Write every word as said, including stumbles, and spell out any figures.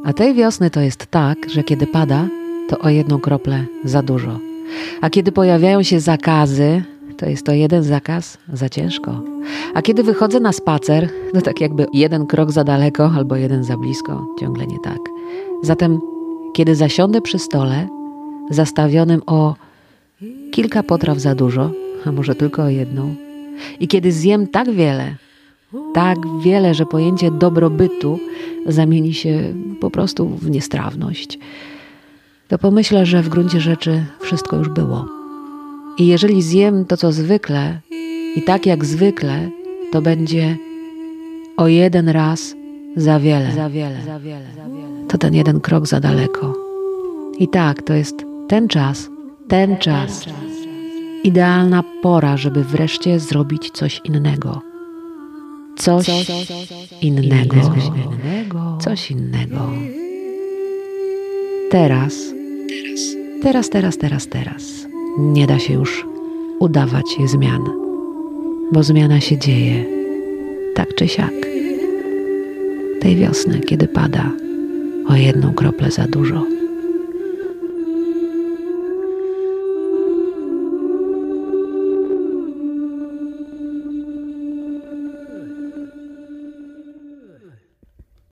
A tej wiosny to jest tak, że kiedy pada, to o jedną kroplę za dużo. A kiedy pojawiają się zakazy, to jest to jeden zakaz za ciężko. A kiedy wychodzę na spacer, to tak jakby jeden krok za daleko albo jeden za blisko, ciągle nie tak. Zatem, kiedy zasiądę przy stole, zastawionym o kilka potraw za dużo, a może tylko o jedną, i kiedy zjem tak wiele, tak wiele, że pojęcie dobrobytu zamieni się po prostu w niestrawność, to pomyślę, że w gruncie rzeczy wszystko już było. I jeżeli zjem to, co zwykle i tak jak zwykle, to będzie o jeden raz za wiele, za wiele, za wiele, za wiele. To ten jeden krok za daleko. I tak, to jest ten czas, ten czas, idealna pora, żeby wreszcie zrobić coś innego. Coś innego. Coś innego. Teraz, teraz, teraz, teraz, teraz. Nie da się już udawać zmian, bo zmiana się dzieje, tak czy siak. Tej wiosny, kiedy pada o jedną kroplę za dużo.